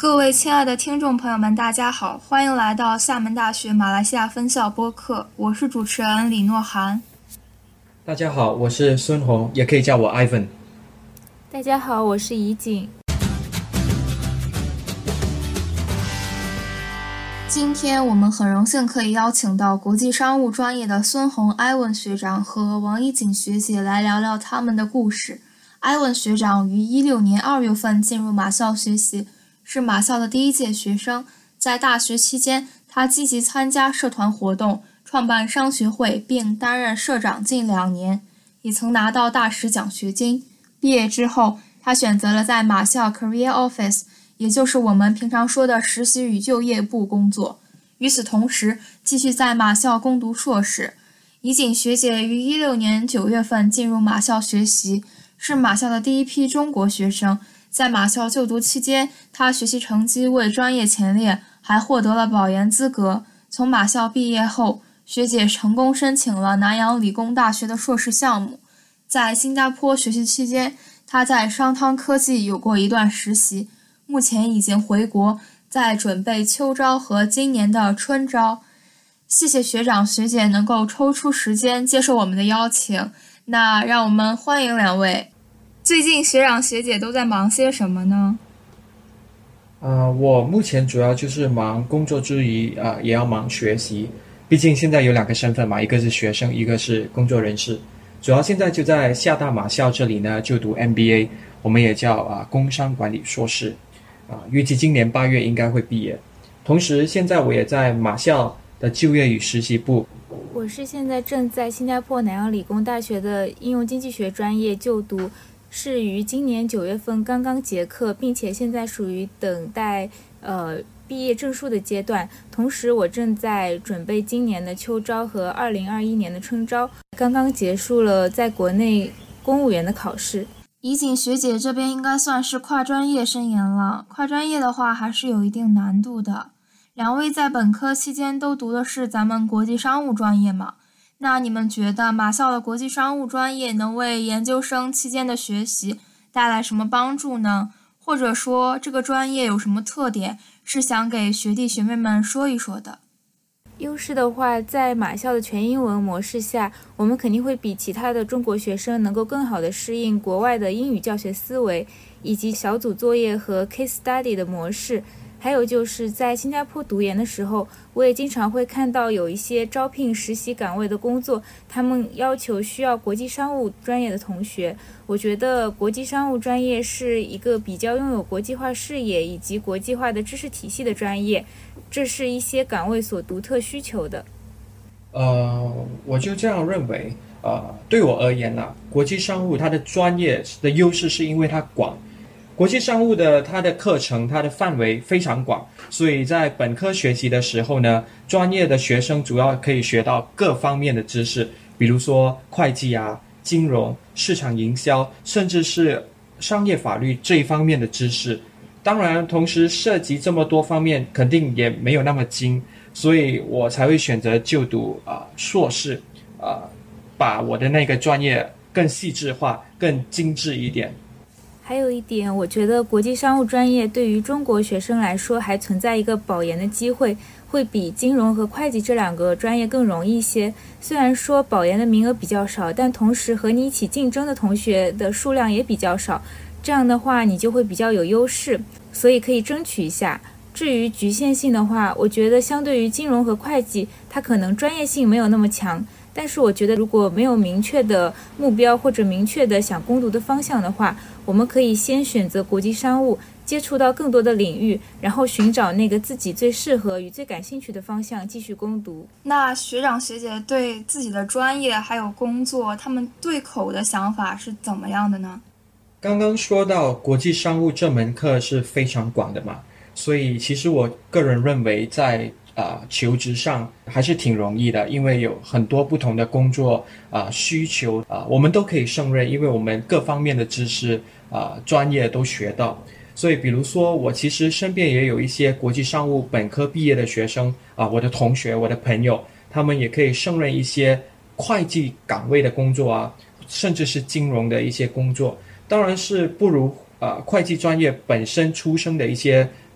各位亲爱的听众朋友们，大家好，欢迎来到厦门大学马来西亚分校播客，我是主持人李诺涵。 大家好，我是孙红，也可以叫我 Ivan。 大家好，我是怡景。 今天我们很荣幸可以邀请到国际商务专业的孙红 Ivan 学长和王怡景学姐来聊聊他们的故事。Ivan 学长于2016年2月份进入马校学习，是马校的第一届学生。在大学期间，他积极参加社团活动，创办商学会，并担任社长近2年，也曾拿到大使奖学金。毕业之后，他选择了在马校 Career Office， 也就是我们平常说的实习与就业部工作。与此同时，继续在马校攻读硕士。怡景学姐于2016年9月份进入马校学习，是马校的第一批中国学生。在马校就读期间，她学习成绩为专业前列，还获得了保研资格。从马校毕业后，学姐成功申请了南洋理工大学的硕士项目。在新加坡学习期间，她在商汤科技有过一段实习，目前已经回国，在准备秋招和今年的春招。谢谢学长学姐能够抽出时间接受我们的邀请，那让我们欢迎两位。最近学长学姐都在忙些什么呢？ 我目前主要就是忙工作之余也要忙学习，毕竟现在有2个身份嘛，一个是学生，一个是工作人士。主要现在就在厦大马校这里呢就读 MBA， 我们也叫工商管理硕士，预计今年8月应该会毕业。同时现在我也在马校的就业与实习部。 我是现在正在新加坡南洋理工大学的应用经济学专业就读，是于今年9月份刚刚结课，并且现在属于等待毕业证书的阶段。同时我正在准备今年的秋招和2021年的春招，刚刚结束了在国内公务员的考试。 怡景学姐这边应该算是跨专业生研了，跨专业的话还是有一定难度的。两位在本科期间都读的是咱们国际商务专业嘛？那你们觉得马校的国际商务专业能为研究生期间的学习带来什么帮助呢？或者说这个专业有什么特点，是想给学弟学妹们说一说的？ 优势的话，在马校的全英文模式下，我们肯定会比其他的中国学生能够更好的适应国外的英语教学思维，以及小组作业和 case study 的模式。还有就是在新加坡读研的时候，我也经常会看到有一些招聘实习岗位的工作，他们要求需要国际商务专业的同学。我觉得国际商务专业是一个比较拥有国际化视野以及国际化的知识体系的专业，这是一些岗位所独特需求的。 我就这样认为，对我而言呢，国际商务它的专业的优势是因为它广。国际商务的它的课程它的范围非常广，所以在本科学习的时候呢，专业的学生主要可以学到各方面的知识，比如说会计金融、市场营销，甚至是商业法律这一方面的知识。当然同时涉及这么多方面肯定也没有那么精，所以我才会选择就读硕士，把我的那个专业更细致化更精致一点。 还有一点，我觉得国际商务专业对于中国学生来说还存在一个保研的机会，会比金融和会计这2个专业更容易一些。虽然说保研的名额比较少，但同时和你一起竞争的同学的数量也比较少，这样的话你就会比较有优势，所以可以争取一下。至于局限性的话，我觉得相对于金融和会计，它可能专业性没有那么强，但是我觉得如果没有明确的目标或者明确的想攻读的方向的话，我们可以先选择国际商务，接触到更多的领域，然后寻找那个自己最适合与最感兴趣的方向继续攻读。 那学长学姐对自己的专业还有工作，他们对口的想法是怎么样的呢？ 刚刚说到国际商务这门课是非常广的嘛，所以其实我个人认为在求职上还是挺容易的，因为有很多不同的工作需求我们都可以胜任，因为我们各方面的知识专业都学到。所以比如说我其实身边也有一些国际商务本科毕业的学生我的同学我的朋友，他们也可以胜任一些会计岗位的工作甚至是金融的一些工作，当然是不如会计专业本身出生的一些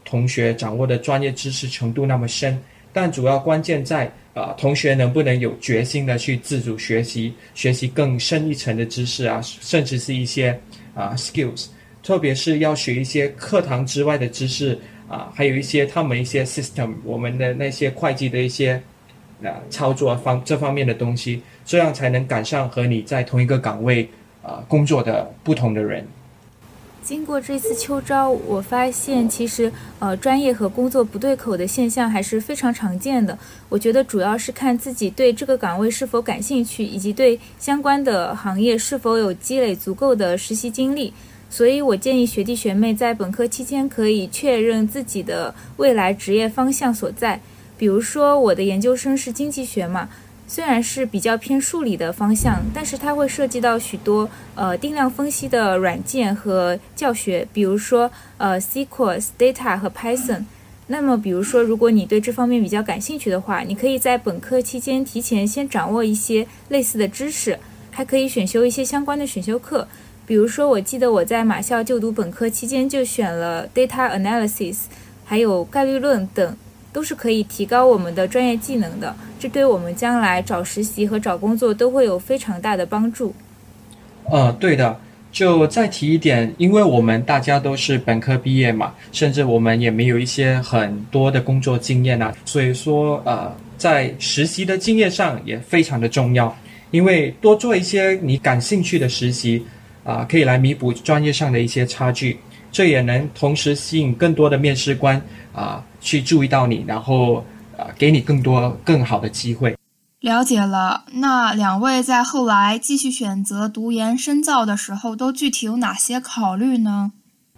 同学掌握的专业知识程度那么深，但主要关键在同学能不能有决心的去自主学习更深一层的知识啊，甚至是一些skills， 特别是要学一些课堂之外的知识还有一些他们一些 system， 我们的那些会计的一些操作这方面的东西，这样才能赶上和你在同一个岗位工作的不同的人。 经过这次秋招，我发现其实专业和工作不对口的现象还是非常常见的。我觉得主要是看自己对这个岗位是否感兴趣，以及对相关的行业是否有积累足够的实习经历。所以我建议学弟学妹在本科期间可以确认自己的未来职业方向所在。比如说我的研究生是经济学嘛，虽然是比较偏数理的方向，但是它会涉及到许多定量分析的软件和教学，比如说SQL、Data 和 Python。那么比如说如果你对这方面比较感兴趣的话，你可以在本科期间提前先掌握一些类似的知识，还可以选修一些相关的选修课。比如说我记得我在马校就读本科期间就选了 Data Analysis 还有概率论等，都是可以提高我们的专业技能的，这对我们将来找实习和找工作都会有非常大的帮助。 对的，就再提一点，因为我们大家都是本科毕业嘛，甚至我们也没有一些很多的工作经验所以说在实习的经验上也非常的重要，因为多做一些你感兴趣的实习可以来弥补专业上的一些差距，这也能同时吸引更多的面试官去注意到你，然后给你更好的机会。 了解了，那两位在后来继续选择读研深造的时候，都具体有哪些考虑呢？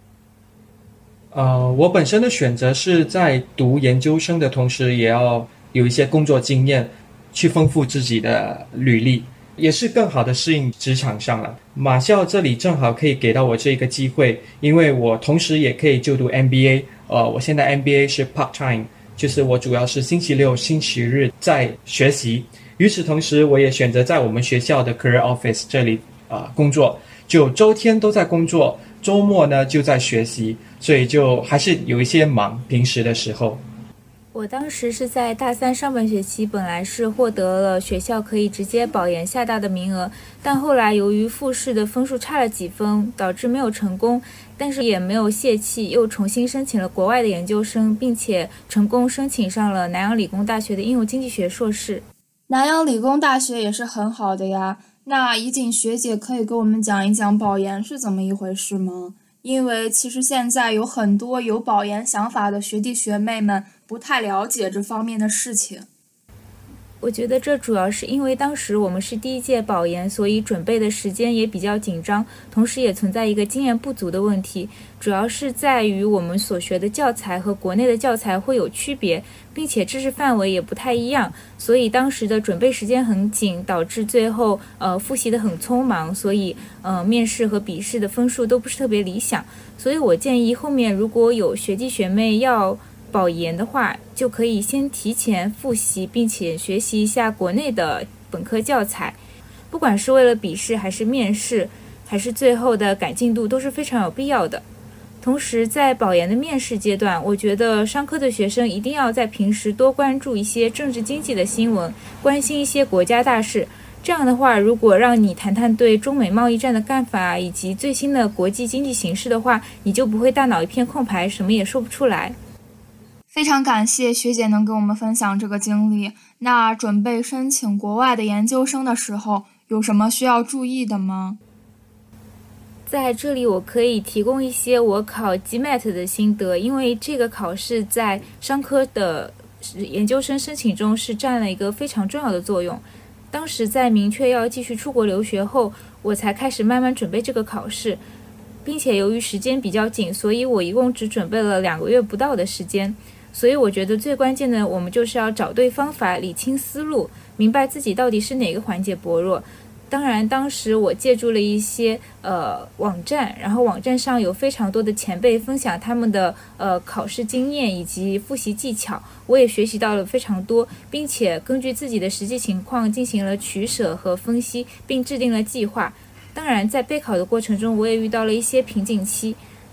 我本身的选择是在读研究生的同时，也要有一些工作经验，去丰富自己的履历，也是更好的适应职场上了。马校这里正好可以给到我这个机会，因为我同时也可以就读 MBA，我现在 MBA 是 part time， 就是我主要是星期六、星期日在学习。与此同时，我也选择在我们学校的 Career Office 这里工作，就周天都在工作，周末呢就在学习，所以就还是有一些忙，平时的时候。 我当时是在大三上半学期，本来是获得了学校可以直接保研厦大的名额，但后来由于复试的分数差了几分，导致没有成功，但是也没有泄气，又重新申请了国外的研究生，并且成功申请上了南洋理工大学的应用经济学硕士。 南洋理工大学也是很好的呀，那怡景学姐可以给我们讲一讲保研是怎么一回事吗？因为其实现在有很多有保研想法的学弟学妹们不太了解这方面的事情。 我觉得这主要是因为当时我们是第一届保研，所以准备的时间也比较紧张，同时也存在一个经验不足的问题，主要是在于我们所学的教材和国内的教材会有区别，并且知识范围也不太一样，所以当时的准备时间很紧，导致最后复习的很匆忙，所以面试和笔试的分数都不是特别理想。所以我建议后面如果有学弟学妹要保研的话，就可以先提前复习，并且学习一下国内的本科教材，不管是为了笔试还是面试，还是最后的赶进度，都是非常有必要的。同时在保研的面试阶段，我觉得商科的学生一定要在平时多关注一些政治经济的新闻，关心一些国家大事，这样的话如果让你谈谈对中美贸易战的看法以及最新的国际经济形势的话，你就不会大脑一片空白，什么也说不出来。 非常感谢学姐能跟我们分享这个经历。那准备申请国外的研究生的时候，有什么需要注意的吗？ 在这里我可以提供一些我考 GMAT 的心得，因为这个考试在商科的研究生申请中是占了一个非常重要的作用。当时在明确要继续出国留学后，我才开始慢慢准备这个考试，并且由于时间比较紧，所以我一共只准备了2个月不到的时间。所以我觉得最关键的，我们就是要找对方法，理清思路，明白自己到底是哪个环节薄弱。当然当时我借助了一些网站，然后网站上有非常多的前辈分享他们的考试经验以及复习技巧，我也学习到了非常多，并且根据自己的实际情况进行了取舍和分析，并制定了计划。当然在备考的过程中，我也遇到了一些瓶颈期，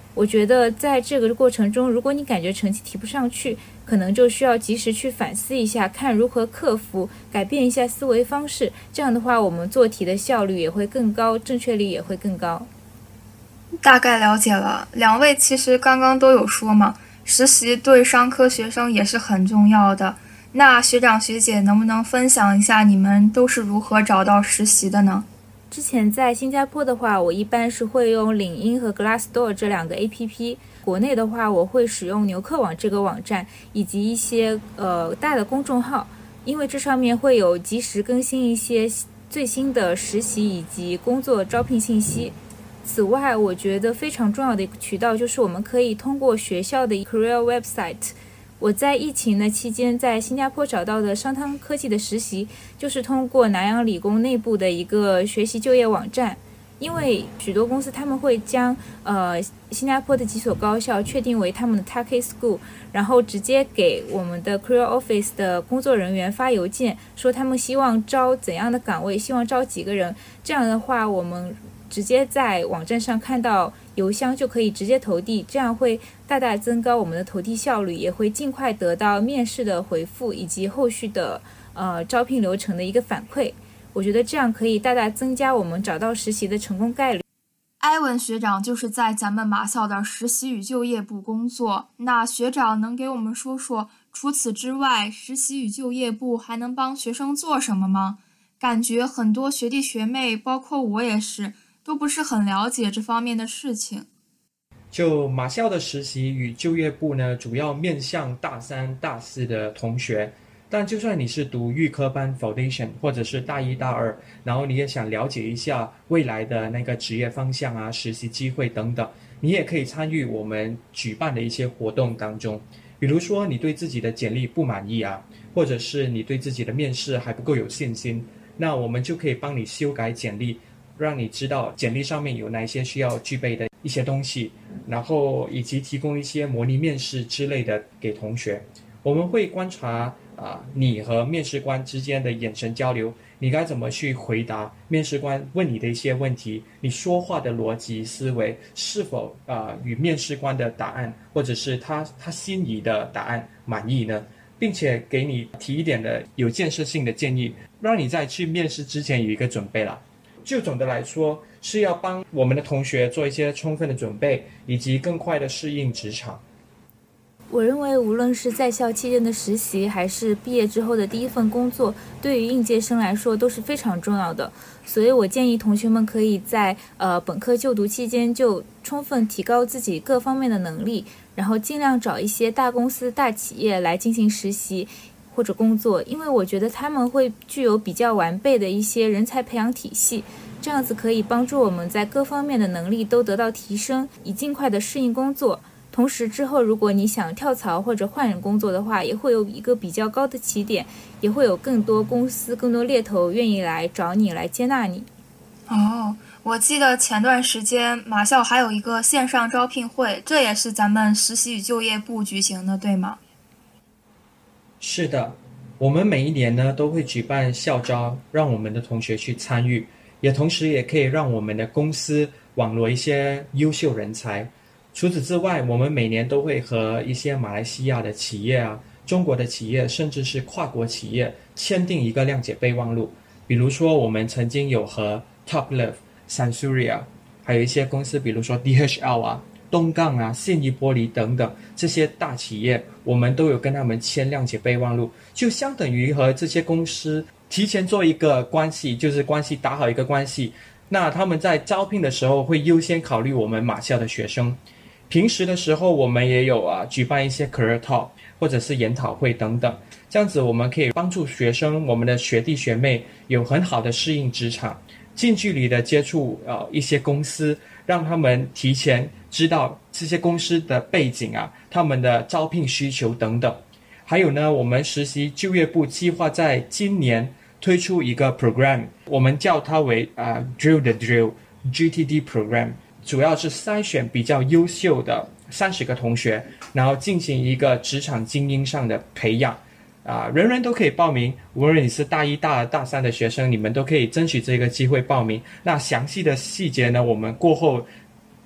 我觉得在这个过程中，如果你感觉成绩提不上去，可能就需要及时去反思一下，看如何克服，改变一下思维方式。这样的话，我们做题的效率也会更高，正确率也会更高。 大概了解了，两位其实刚刚都有说嘛，实习对商科学生也是很重要的。那学长学姐能不能分享一下你们都是如何找到实习的呢？ 之前在新加坡的话，我一般是会用领英和 Glassdoor 这两个 APP。国内的话，我会使用牛客网这个网站，以及一些大的公众号，因为这上面会有及时更新一些最新的实习以及工作招聘信息。此外，我觉得非常重要的一个渠道就是我们可以通过学校的 Career Website。我在疫情的期间在新加坡找到的商汤科技的实习，就是通过南洋理工内部的一个学习就业网站。因为许多公司他们会将新加坡的几所高校确定为他们的 Target School， 然后直接给我们的 Career Office 的工作人员发邮件，说他们希望招怎样的岗位，希望招几个人。这样的话，我们直接在网站上看到邮箱就可以直接投递，这样会大大增高我们的投递效率，也会尽快得到面试的回复以及后续的招聘流程的一个反馈。我觉得这样可以大大增加我们找到实习的成功概率。 艾文学长就是在咱们马校的实习与就业部工作，那学长能给我们说说，除此之外，实习与就业部还能帮学生做什么吗？感觉很多学弟学妹，包括我也是，都不是很了解这方面的事情。 就马校的实习与就业部呢，主要面向大三、大四的同学。但就算你是读预科班 Foundation 或者是大一大二，然后你也想了解一下未来的那个职业方向啊、实习机会等等，你也可以参与我们举办的一些活动当中。比如说你对自己的简历不满意啊，或者是你对自己的面试还不够有信心，那我们就可以帮你修改简历，让你知道简历上面有哪一些需要具备的一些东西，然后以及提供一些模拟面试之类的给同学。我们会观察你和面试官之间的眼神交流，你该怎么去回答面试官问你的一些问题，你说话的逻辑思维是否与面试官的答案或者是他心仪的答案满意呢？并且给你提一点的有建设性的建议，让你在去面试之前有一个准备了。就总的来说，是要帮我们的同学做一些充分的准备，以及更快的适应职场。 我认为无论是在校期间的实习，还是毕业之后的第一份工作，对于应届生来说都是非常重要的。所以我建议同学们可以在本科就读期间就充分提高自己各方面的能力，然后尽量找一些大公司、大企业来进行实习或者工作，因为我觉得他们会具有比较完备的一些人才培养体系，这样子可以帮助我们在各方面的能力都得到提升，以尽快的适应工作。同时之后如果你想跳槽或者换人工作的话，也会有一个比较高的起点，也会有更多公司、更多猎头愿意来找你，来接纳你。 我记得前段时间马校还有一个线上招聘会，这也是咱们实习与就业部举行的，对吗？ 是的，我们每一年呢都会举办校招，让我们的同学去参与，也同时也可以让我们的公司网罗一些优秀人才。除此之外，我们每年都会和一些马来西亚的企业啊、中国的企业，甚至是跨国企业签订一个谅解备忘录。比如说，我们曾经有和 Toplove、Sansuria， 还有一些公司，比如说 DHL 啊、东杠啊、信义玻璃等等这些大企业，我们都有跟他们签谅解备忘录，就相等于和这些公司提前做一个关系，就是打好一个关系。那他们在招聘的时候会优先考虑我们马校的学生。平时的时候，我们也有举办一些 career talk 或者是研讨会等等，这样子我们可以帮助学生，我们的学弟学妹有很好的适应职场，近距离的接触一些公司，让他们提前知道这些公司的背景啊，他们的招聘需求等等。还有呢，我们实习就业部计划在今年推出一个 program， 我们叫它为Drill the Drill GTD program。主要是筛选比较优秀的30个同学，然后进行一个职场精英上的培养，人人都可以报名，无论你是大一、大二、大三的学生，你们都可以争取这个机会报名。那详细的细节呢，我们过后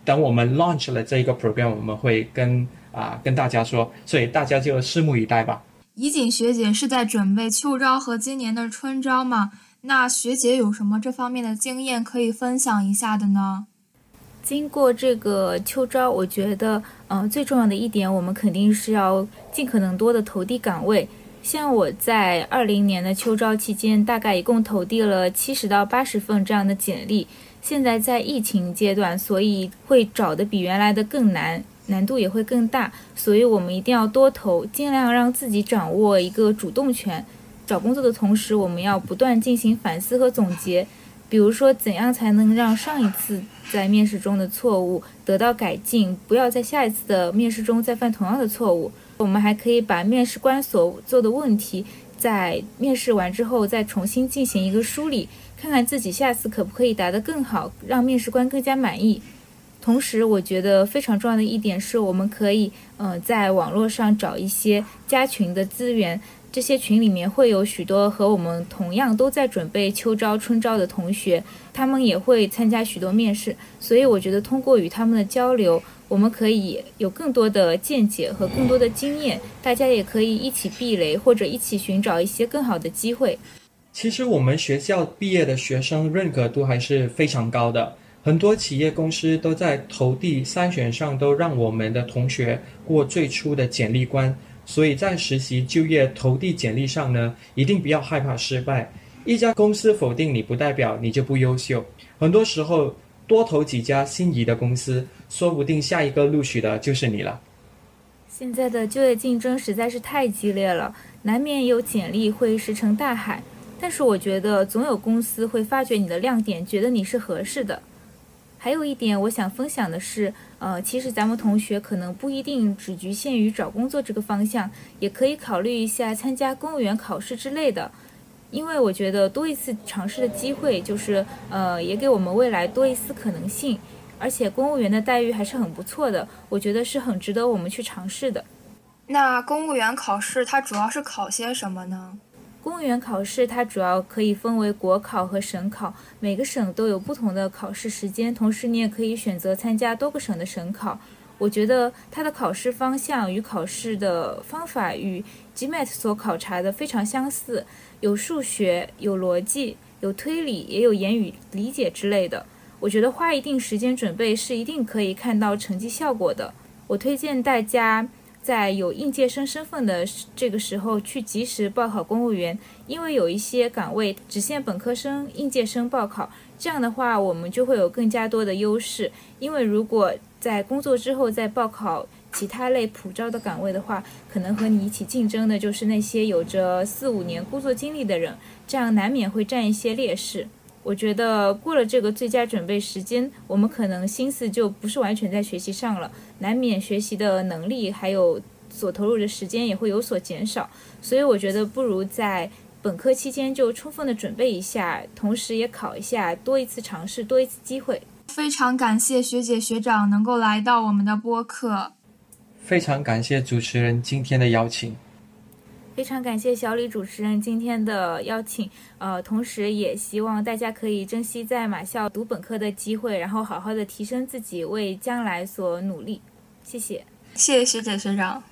等我们 launch 了这一个 program， 我们会跟大家说，所以大家就拭目以待吧。 怡景学姐是在准备秋招和今年的春招吗？那学姐有什么这方面的经验可以分享一下的呢？ 经过这个秋招，我觉得最重要的一点，我们肯定是要尽可能多的投递岗位。像我在20年的秋招期间，大概一共投递了70到80份这样的简历。现在在疫情阶段，所以会找的比原来的更难，难度也会更大，所以我们一定要多投，尽量让自己掌握一个主动权。找工作的同时，我们要不断进行反思和总结，比如说怎样才能让上一次在面试中的错误得到改进，不要在下一次的面试中再犯同样的错误。我们还可以把面试官所做的问题在面试完之后再重新进行一个梳理，看看自己下次可不可以答得更好，让面试官更加满意。同时我觉得非常重要的一点是，我们可以在网络上找一些加群的资源，这些群里面会有许多和我们同样都在准备秋招春招的同学，他们也会参加许多面试，所以我觉得通过与他们的交流，我们可以有更多的见解和更多的经验，大家也可以一起避雷，或者一起寻找一些更好的机会。 其实我们学校毕业的学生认可度还是非常高的，很多企业公司都在投递筛选上都让我们的同学过最初的简历关，所以在实习就业投递简历上呢，一定不要害怕失败。一家公司否定你不代表你就不优秀，很多时候多投几家心仪的公司，说不定下一个录取的就是你了。 现在的就业竞争实在是太激烈了，难免有简历会石沉大海，但是我觉得总有公司会发掘你的亮点，觉得你是合适的。还有一点我想分享的是，其实咱们同学可能不一定只局限于找工作这个方向，也可以考虑一下参加公务员考试之类的。因为我觉得多一次尝试的机会，就是也给我们未来多一丝可能性。而且公务员的待遇还是很不错的，我觉得是很值得我们去尝试的。 那公务员考试它主要是考些什么呢？ 公务员考试它主要可以分为国考和省考，每个省都有不同的考试时间，同时你也可以选择参加多个省的省考。我觉得它的考试方向与考试的方法与 GMAT 所考察的非常相似，有数学，有逻辑，有推理，也有言语理解之类的。我觉得花一定时间准备是一定可以看到成绩效果的。我推荐大家在有应届生身份的这个时候去及时报考公务员，因为有一些岗位只限本科生、应届生报考，这样的话我们就会有更加多的优势。因为如果在工作之后再报考其他类普招的岗位的话，可能和你一起竞争的就是那些有着4-5年工作经历的人，这样难免会占一些劣势。我觉得过了这个最佳准备时间，我们可能心思就不是完全在学习上了，难免学习的能力还有所投入的时间也会有所减少。所以我觉得不如在本科期间就充分的准备一下，同时也考一下，多一次尝试，多一次机会。 非常感谢学姐学长能够来到我们的播客， 非常感谢主持人今天的邀请。 非常感谢小李主持人今天的邀请，同时也希望大家可以珍惜在马校读本科的机会，然后好好的提升自己，为将来所努力。谢谢。 谢谢学姐学长。